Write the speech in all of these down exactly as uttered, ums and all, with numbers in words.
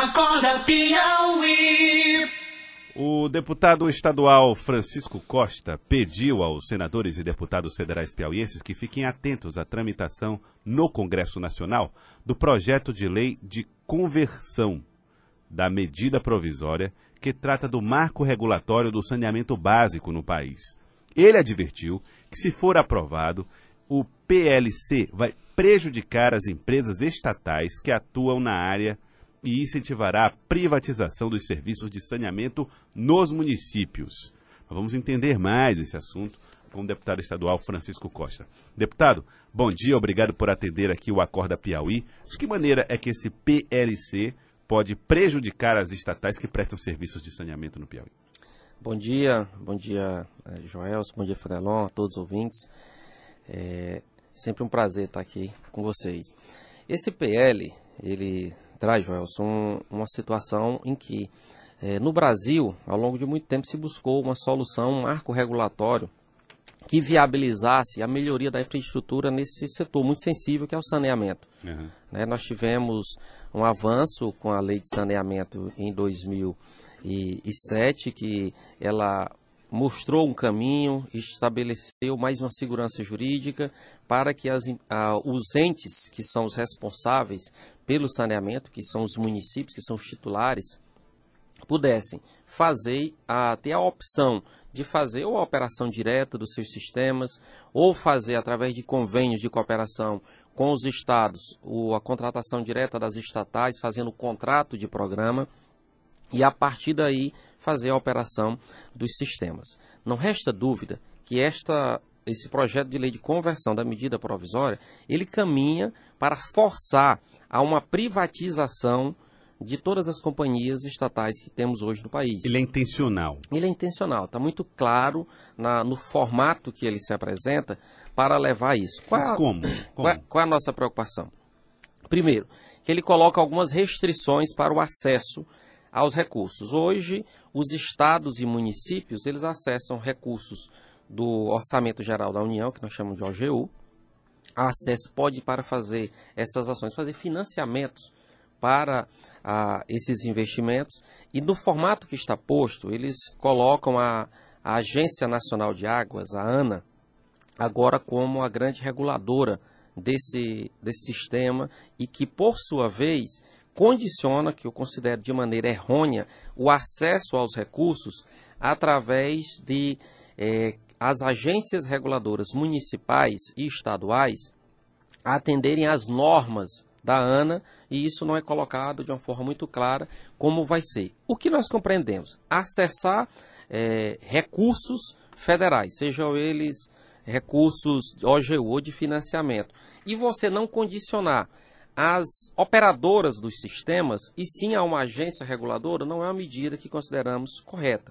Acorda Piauí. O deputado estadual Francisco Costa pediu aos senadores e deputados federais piauienses que fiquem atentos à tramitação no Congresso Nacional do projeto de lei de conversão da medida provisória que trata do marco regulatório do saneamento básico no país. Ele advertiu que, se for aprovado, o P L C vai prejudicar as empresas estatais que atuam na área e incentivará a privatização dos serviços de saneamento nos municípios. Vamos entender mais esse assunto com o deputado estadual Francisco Costa. Deputado, bom dia, obrigado por atender aqui o Acorda Piauí. De que maneira é que esse P L C pode prejudicar as estatais que prestam serviços de saneamento no Piauí? Bom dia, bom dia, Joelson, bom dia, Fenelon, a todos os ouvintes. É sempre um prazer estar aqui com vocês. Esse P L, ele traz, Joelson, uma situação em que, é, no Brasil, ao longo de muito tempo, se buscou uma solução, um marco regulatório que viabilizasse a melhoria da infraestrutura nesse setor muito sensível que é o saneamento. Uhum. Né, nós tivemos um avanço com a lei de saneamento em dois mil e sete, que ela mostrou um caminho, estabeleceu mais uma segurança jurídica para que as, a, os entes que são os responsáveis pelo saneamento, que são os municípios, que são os titulares, pudessem fazer, a, ter a opção de fazer ou a operação direta dos seus sistemas, ou fazer através de convênios de cooperação com os estados, ou a contratação direta das estatais, fazendo o contrato de programa, e a partir daí fazer a operação dos sistemas. Não resta dúvida que esta, esse projeto de lei de conversão da medida provisória, ele caminha para forçar a uma privatização de todas as companhias estatais que temos hoje no país. Ele é intencional. Ele é intencional, está muito claro na, no formato que ele se apresenta para levar a isso. Qual, Mas como? como? Qual, é, qual é a nossa preocupação? Primeiro, que ele coloca algumas restrições para o acesso aos recursos. Hoje, os estados e municípios, eles acessam recursos do Orçamento Geral da União, que nós chamamos de O G U. Acesso pode para fazer essas ações, fazer financiamentos para ah, esses investimentos. E no formato que está posto, eles colocam a, a Agência Nacional de Águas, a ANA, agora como a grande reguladora desse, desse sistema e que, por sua vez, condiciona, que eu considero de maneira errônea, o acesso aos recursos através de eh, as agências reguladoras municipais e estaduais atenderem às normas da ANA, e isso não é colocado de uma forma muito clara como vai ser. O que nós compreendemos? Acessar eh, recursos federais, sejam eles recursos O G U ou de financiamento, e você não condicionar as operadoras dos sistemas, e sim a uma agência reguladora, não é uma medida que consideramos correta.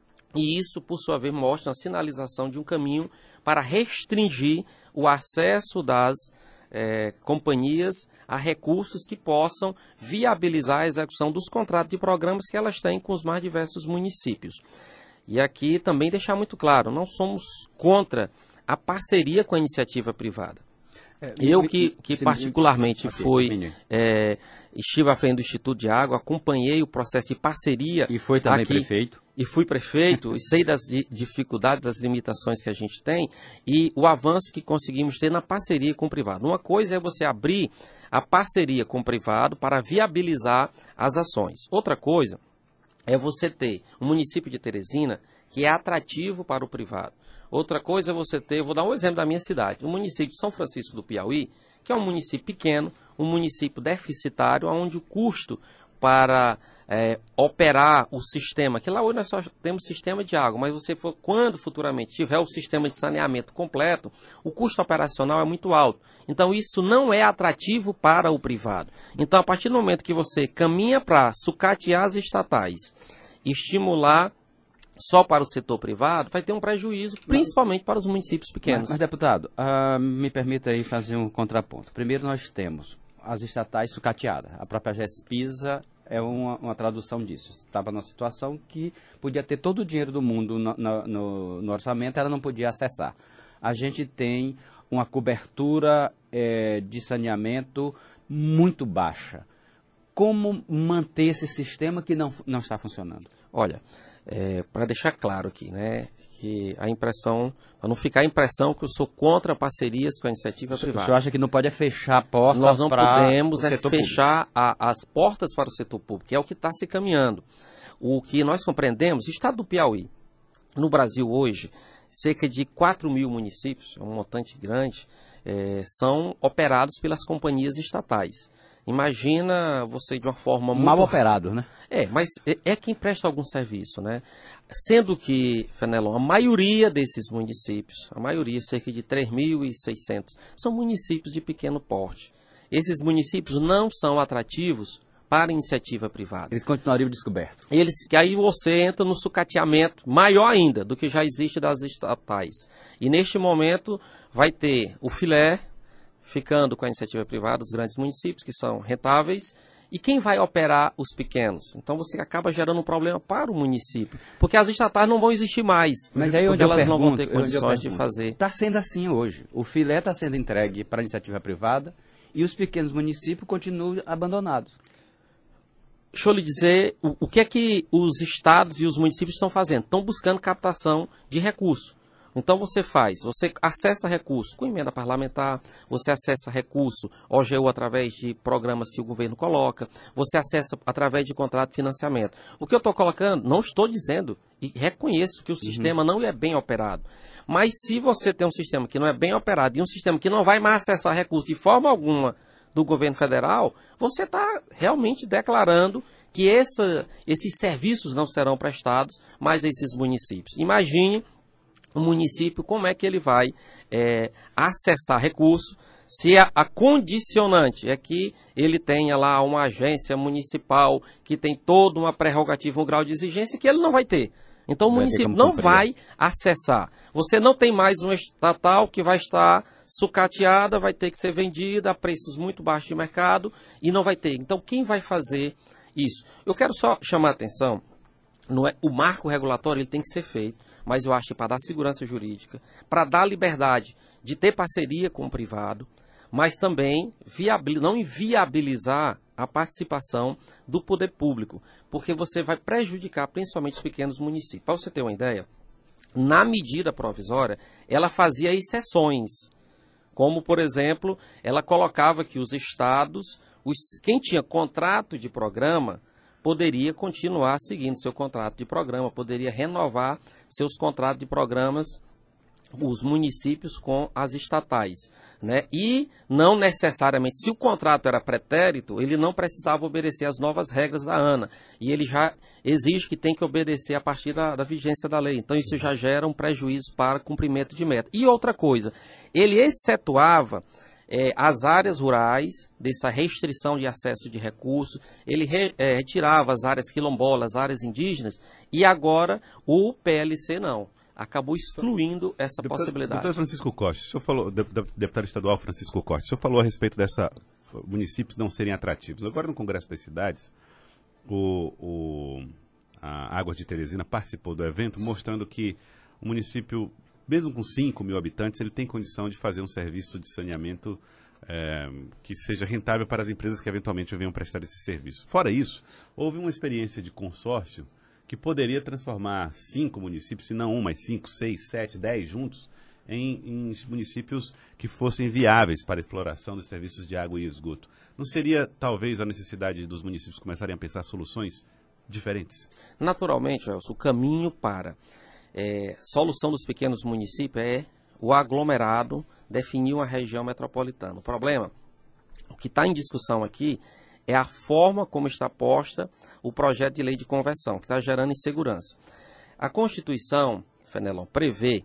E isso, por sua vez, mostra a sinalização de um caminho para restringir o acesso das eh, companhias a recursos que possam viabilizar a execução dos contratos de programas que elas têm com os mais diversos municípios. E aqui também deixar muito claro, não somos contra a parceria com a iniciativa privada. É, eu que, que particularmente fui, é, estive à frente do Instituto de Água, acompanhei o processo de parceria. E foi também aqui, prefeito. E fui prefeito, e sei das dificuldades, das limitações que a gente tem e o avanço que conseguimos ter na parceria com o privado. Uma coisa é você abrir a parceria com o privado para viabilizar as ações. Outra coisa é você ter um município de Teresina que é atrativo para o privado. Outra coisa é você ter, vou dar um exemplo da minha cidade, o município de São Francisco do Piauí, que é um município pequeno, um município deficitário, onde o custo para é, operar o sistema, que lá hoje nós só temos sistema de água, mas você for, quando futuramente tiver o sistema de saneamento completo, o custo operacional é muito alto. Então isso não é atrativo para o privado. Então a partir do momento que você caminha para sucatear as estatais, estimular só para o setor privado, vai ter um prejuízo, principalmente para os municípios pequenos. Mas, mas deputado, uh, me permita aí fazer um contraponto. Primeiro, nós temos as estatais sucateadas. A própria GESPISA é uma, uma tradução disso. Estava numa situação que podia ter todo o dinheiro do mundo no, no, no orçamento, ela não podia acessar. A gente tem uma cobertura é, de saneamento muito baixa. como manter esse sistema que não, não está funcionando? Olha, é, para deixar claro aqui, né, que a impressão, para não ficar a impressão que eu sou contra parcerias com a iniciativa O privada. senhor acha que não pode é fechar a porta Nós não para podemos o é setor fechar a, as portas para o setor público, que é o que está se caminhando. O que nós compreendemos, o estado do Piauí, no Brasil hoje, cerca de quatro mil municípios, é um montante grande, é, são operados pelas companhias estatais. Imagina você de uma forma muito... mal operado, né? É, mas é, é quem presta algum serviço, né? Sendo que, Fenelon, a maioria desses municípios, a maioria, cerca de três mil e seiscentos, são municípios de pequeno porte. Esses municípios não são atrativos para a iniciativa privada. Eles continuariam descobertos. Eles, que aí você entra no sucateamento maior ainda do que já existe das estatais. E neste momento vai ter o filé ficando com a iniciativa privada, os grandes municípios que são rentáveis, e quem vai operar os pequenos? Então você acaba gerando um problema para o município, porque as estatais não vão existir mais, Mas aí porque onde eu elas não vão ter pergunto, onde eu condições de pergunto, fazer. Está sendo assim hoje. O filé está sendo entregue para a iniciativa privada e os pequenos municípios continuam abandonados. Deixa eu lhe dizer o, o que é que os estados e os municípios estão fazendo. Estão buscando captação de recursos. Então você faz, você acessa recurso com emenda parlamentar, você acessa recurso O G U através de programas que o governo coloca, você acessa através de contrato de financiamento. O que eu estou colocando, não estou dizendo, e reconheço que o sistema não é bem operado. Mas se você tem um sistema que não é bem operado e um sistema que não vai mais acessar recursos de forma alguma do governo federal, você está realmente declarando que essa, esses serviços não serão prestados mais a esses municípios. Imagine o município, como é que ele vai é, acessar recursos, se a, a condicionante é que ele tenha lá uma agência municipal que tem toda uma prerrogativa, um grau de exigência que ele não vai ter. Então o Vai ter município como não cumprir. vai acessar. Você não tem mais uma estatal que vai estar sucateada, vai ter que ser vendida a preços muito baixos de mercado e não vai ter. Então quem vai fazer isso? Eu quero só chamar a atenção, não é, o marco regulatório ele tem que ser feito, mas eu acho que para dar segurança jurídica, para dar liberdade de ter parceria com o privado, mas também viabil, não inviabilizar a participação do poder público, porque você vai prejudicar principalmente os pequenos municípios. Para você ter uma ideia, na medida provisória, ela fazia exceções, como, por exemplo, ela colocava que os estados, os, quem tinha contrato de programa, poderia continuar seguindo seu contrato de programa, poderia renovar seus contratos de programas, os municípios com as estatais, né? E não necessariamente, se o contrato era pretérito, ele não precisava obedecer às novas regras da ANA, e ele já exige que tem que obedecer a partir da, da vigência da lei, então isso já gera um prejuízo para cumprimento de meta. E outra coisa, ele excetuava É, as áreas rurais, dessa restrição de acesso de recursos, ele re, é, retirava as áreas quilombolas, as áreas indígenas, e agora o P L C não. Acabou excluindo essa Deputado, possibilidade. Deputado Francisco Costa, o senhor falou, deputado estadual Francisco Costa, o senhor falou a respeito dessa municípios não serem atrativos. Agora no Congresso das Cidades, o, o, a Águas de Teresina participou do evento mostrando que o município, mesmo com cinco mil habitantes, ele tem condição de fazer um serviço de saneamento é, que seja rentável para as empresas que eventualmente venham prestar esse serviço. Fora isso, houve uma experiência de consórcio que poderia transformar cinco municípios, se não um, mas cinco, seis, sete, dez juntos, em, em municípios que fossem viáveis para a exploração dos serviços de água e esgoto. Não seria, talvez, a necessidade dos municípios começarem a pensar soluções diferentes? Naturalmente, Elcio, o caminho para É, solução dos pequenos municípios é o aglomerado definir uma região metropolitana. O problema, o que está em discussão aqui, é a forma como está posta o projeto de lei de conversão, que está gerando insegurança. A Constituição, Fenelon, prevê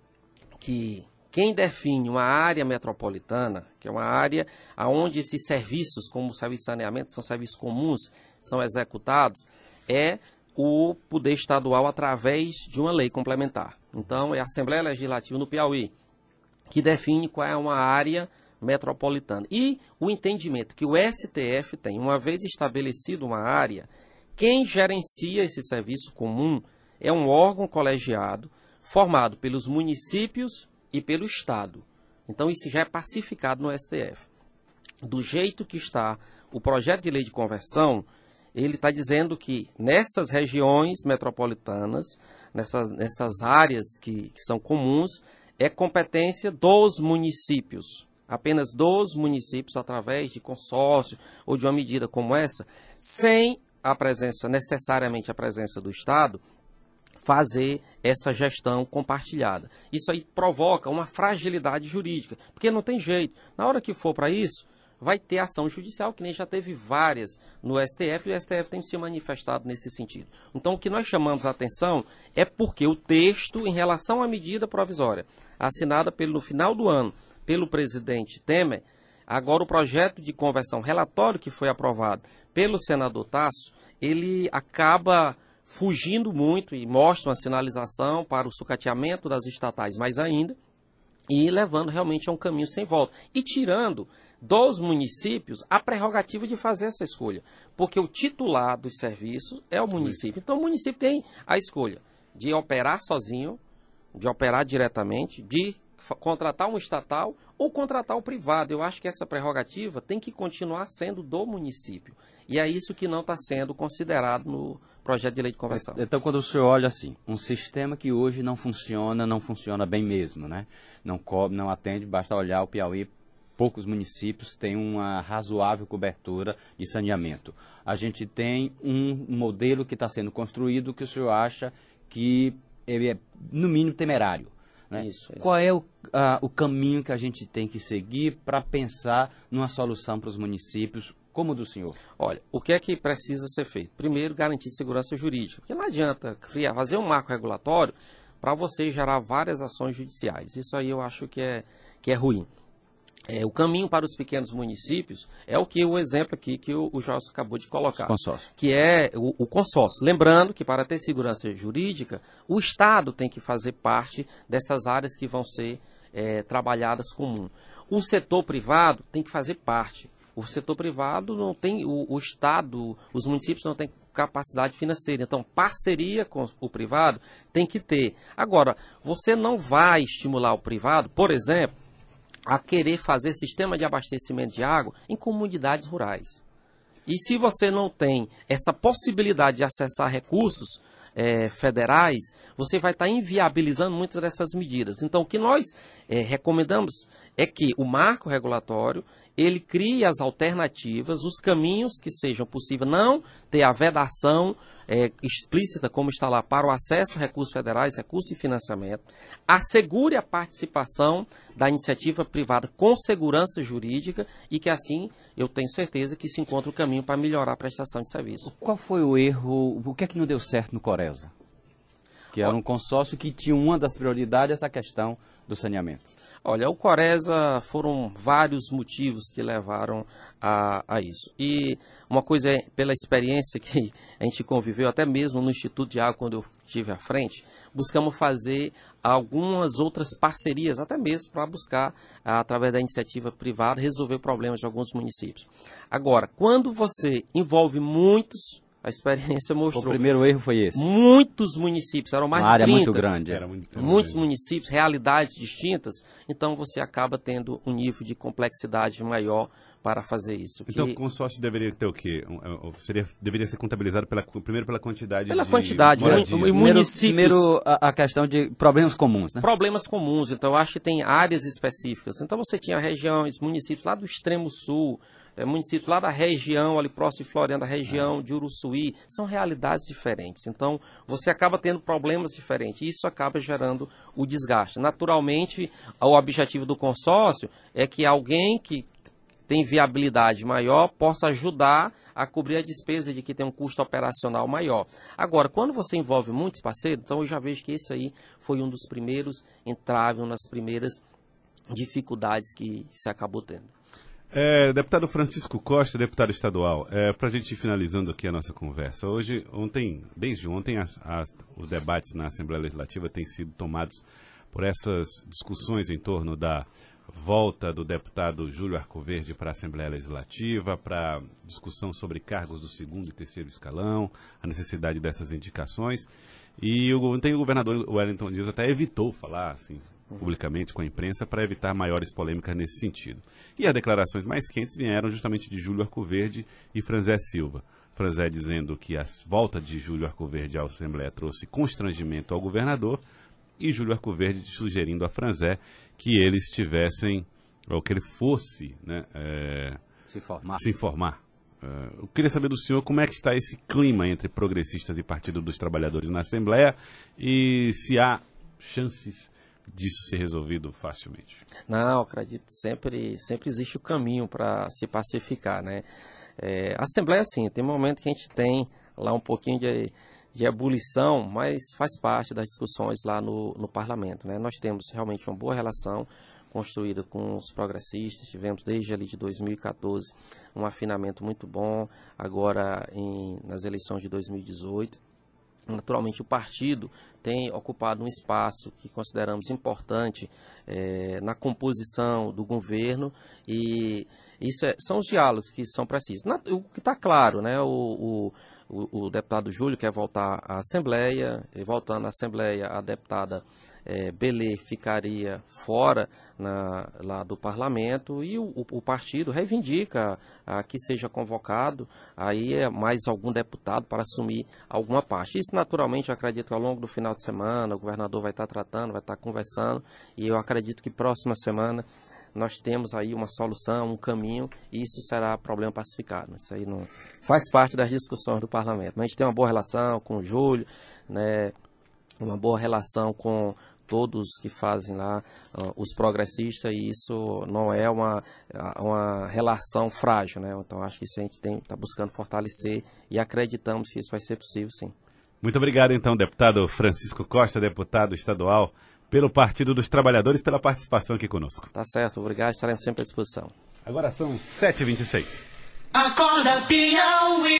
que quem define uma área metropolitana, que é uma área onde esses serviços, como o serviço de saneamento, são serviços comuns, são executados, é o poder estadual através de uma lei complementar. Então, é a Assembleia Legislativa no Piauí que define qual é uma área metropolitana. E o entendimento que o S T F tem, uma vez estabelecido uma área, quem gerencia esse serviço comum é um órgão colegiado formado pelos municípios e pelo Estado. Então, isso já é pacificado no S T F. Do jeito que está o projeto de lei de conversão, ele está dizendo que nessas regiões metropolitanas, nessas, nessas áreas que, que são comuns, é competência dos municípios. Apenas dos municípios, através de consórcio ou de uma medida como essa, sem a presença, necessariamente a presença do Estado, fazer essa gestão compartilhada. Isso aí provoca uma fragilidade jurídica, porque não tem jeito. Na hora que for para isso, vai ter ação judicial, que nem já teve várias no S T F, e o S T F tem se manifestado nesse sentido. Então, o que nós chamamos a atenção é porque o texto, em relação à medida provisória, assinada pelo, no final do ano pelo presidente Temer, agora o projeto de conversão, relatório que foi aprovado pelo senador Tasso, ele acaba fugindo muito e mostra uma sinalização para o sucateamento das estatais mais ainda, e levando realmente a um caminho sem volta. E tirando dos municípios a prerrogativa de fazer essa escolha. Porque o titular dos serviços é o município. Então o município tem a escolha de operar sozinho, de operar diretamente, de contratar um estatal ou contratar o privado. Eu acho que essa prerrogativa tem que continuar sendo do município. E é isso que não está sendo considerado no projeto de lei de conversão. Então, quando o senhor olha assim, um sistema que hoje não funciona, não funciona bem mesmo, né? Não cobre, não atende, basta olhar o Piauí, poucos municípios têm uma razoável cobertura de saneamento. A gente tem um modelo que está sendo construído que o senhor acha que ele é, no mínimo, temerário. Né? Isso, isso. Qual é o, a, o caminho que a gente tem que seguir para pensar numa solução para os municípios, como o do senhor? Olha, o que é que precisa ser feito? Primeiro, garantir segurança jurídica. Porque não adianta criar, fazer um marco regulatório para você gerar várias ações judiciais. Isso aí eu acho que é, que é ruim. É, o caminho para os pequenos municípios é o que o exemplo aqui que o, o Jorge acabou de colocar. Consórcio. Que é o, o consórcio. Lembrando que para ter segurança jurídica, o Estado tem que fazer parte dessas áreas que vão ser é, trabalhadas comum. O setor privado tem que fazer parte. O setor privado não tem, o, o Estado, os municípios não têm capacidade financeira. Então, parceria com o privado tem que ter. Agora, você não vai estimular o privado, por exemplo, a querer fazer sistema de abastecimento de água em comunidades rurais. E se você não tem essa possibilidade de acessar recursos é, federais, você vai estar inviabilizando muitas dessas medidas. Então, o que nós é, recomendamos é que o marco regulatório ele crie as alternativas, os caminhos que sejam possíveis, não ter a vedação é, explícita, como está lá, para o acesso a recursos federais, recursos de financiamento, assegure a participação da iniciativa privada com segurança jurídica e que assim eu tenho certeza que se encontra o caminho para melhorar a prestação de serviço. Qual foi o erro, o que é que não deu certo no Coresa? Que era um consórcio que tinha uma das prioridades essa questão do saneamento. Olha, o Coresa foram vários motivos que levaram a, a isso. E uma coisa é, pela experiência que a gente conviveu, até mesmo no Instituto de Água, quando eu estive à frente, buscamos fazer algumas outras parcerias, até mesmo para buscar, através da iniciativa privada, resolver problemas de alguns municípios. Agora, quando você envolve muitos... A experiência mostrou. O primeiro erro foi esse. Muitos municípios, eram mais Uma área de trinta. muito grande. Era muito Muitos grande. municípios, realidades distintas, então você acaba tendo um nível de complexidade maior para fazer isso. Então, que... o consórcio deveria ter o quê? Um, um, seria, deveria ser contabilizado pela, primeiro pela quantidade Pela de quantidade, moradia. muito- e Primeiro, municípios- primeiro a, a questão de problemas comuns, né? Problemas comuns, então eu acho que tem áreas específicas. Então você tinha regiões, municípios lá do extremo sul, é, municípios lá da região, ali próximo de Floriano, da região de Uruçuí, são realidades diferentes. Então, você acaba tendo problemas diferentes e isso acaba gerando o desgaste. Naturalmente, o objetivo do consórcio é que alguém que tem viabilidade maior possa ajudar a cobrir a despesa de que tem um custo operacional maior. Agora, quando você envolve muitos parceiros, então eu já vejo que esse aí foi um dos primeiros entraves, uma das primeiras dificuldades que se acabou tendo. É, deputado Francisco Costa, deputado estadual, é, para a gente ir finalizando aqui a nossa conversa. Hoje, ontem, desde ontem, as, as, os debates na Assembleia Legislativa têm sido tomados por essas discussões em torno da volta do deputado Júlio Arcoverde para a Assembleia Legislativa, para discussão sobre cargos do segundo e terceiro escalão, a necessidade dessas indicações. E o, ontem o governador Wellington Dias até evitou falar assim, publicamente com a imprensa para evitar maiores polêmicas nesse sentido. E as declarações mais quentes vieram justamente de Júlio Arcoverde e Franzé Silva. Franzé dizendo que a volta de Júlio Arcoverde à Assembleia trouxe constrangimento ao governador e Júlio Arcoverde sugerindo a Franzé que eles tivessem, ou que ele fosse, né, é, se informar. Se informar. Uh, eu queria saber do senhor como é que está esse clima entre progressistas e Partido dos Trabalhadores na Assembleia e se há chances disso ser resolvido facilmente. Não, acredito, sempre, sempre existe o caminho para se pacificar, né? É, a Assembleia, sim, tem momento que a gente tem lá um pouquinho de, de ebulição, mas faz parte das discussões lá no, no Parlamento, né? Nós temos realmente uma boa relação construída com os progressistas, tivemos desde ali de dois mil e quatorze um afinamento muito bom, agora em, nas eleições de dois mil e dezoito. Naturalmente o partido tem ocupado um espaço que consideramos importante é, na composição do governo e isso é, são os diálogos que são precisos. Na, o que está claro, né, o, o, o, o deputado Júlio quer voltar à Assembleia, e voltando à Assembleia a deputada É, Belê ficaria fora na, lá do parlamento e o, o, o partido reivindica a, que seja convocado aí é mais algum deputado para assumir alguma parte. Isso naturalmente eu acredito que ao longo do final de semana o governador vai estar tratando, vai estar conversando e eu acredito que próxima semana nós temos aí uma solução, um caminho e isso será problema pacificado. Isso aí não faz parte das discussões do parlamento. Mas a gente tem uma boa relação com o Júlio, né, uma boa relação com todos que fazem lá, uh, os progressistas, e isso não é uma, uma relação frágil, né? Então acho que isso a gente está buscando fortalecer e acreditamos que isso vai ser possível, sim. Muito obrigado então, deputado Francisco Costa, deputado estadual pelo Partido dos Trabalhadores, pela participação aqui conosco. Tá certo, obrigado, estaremos sempre à disposição. Agora são sete e vinte e seis. Acorda, Piauí.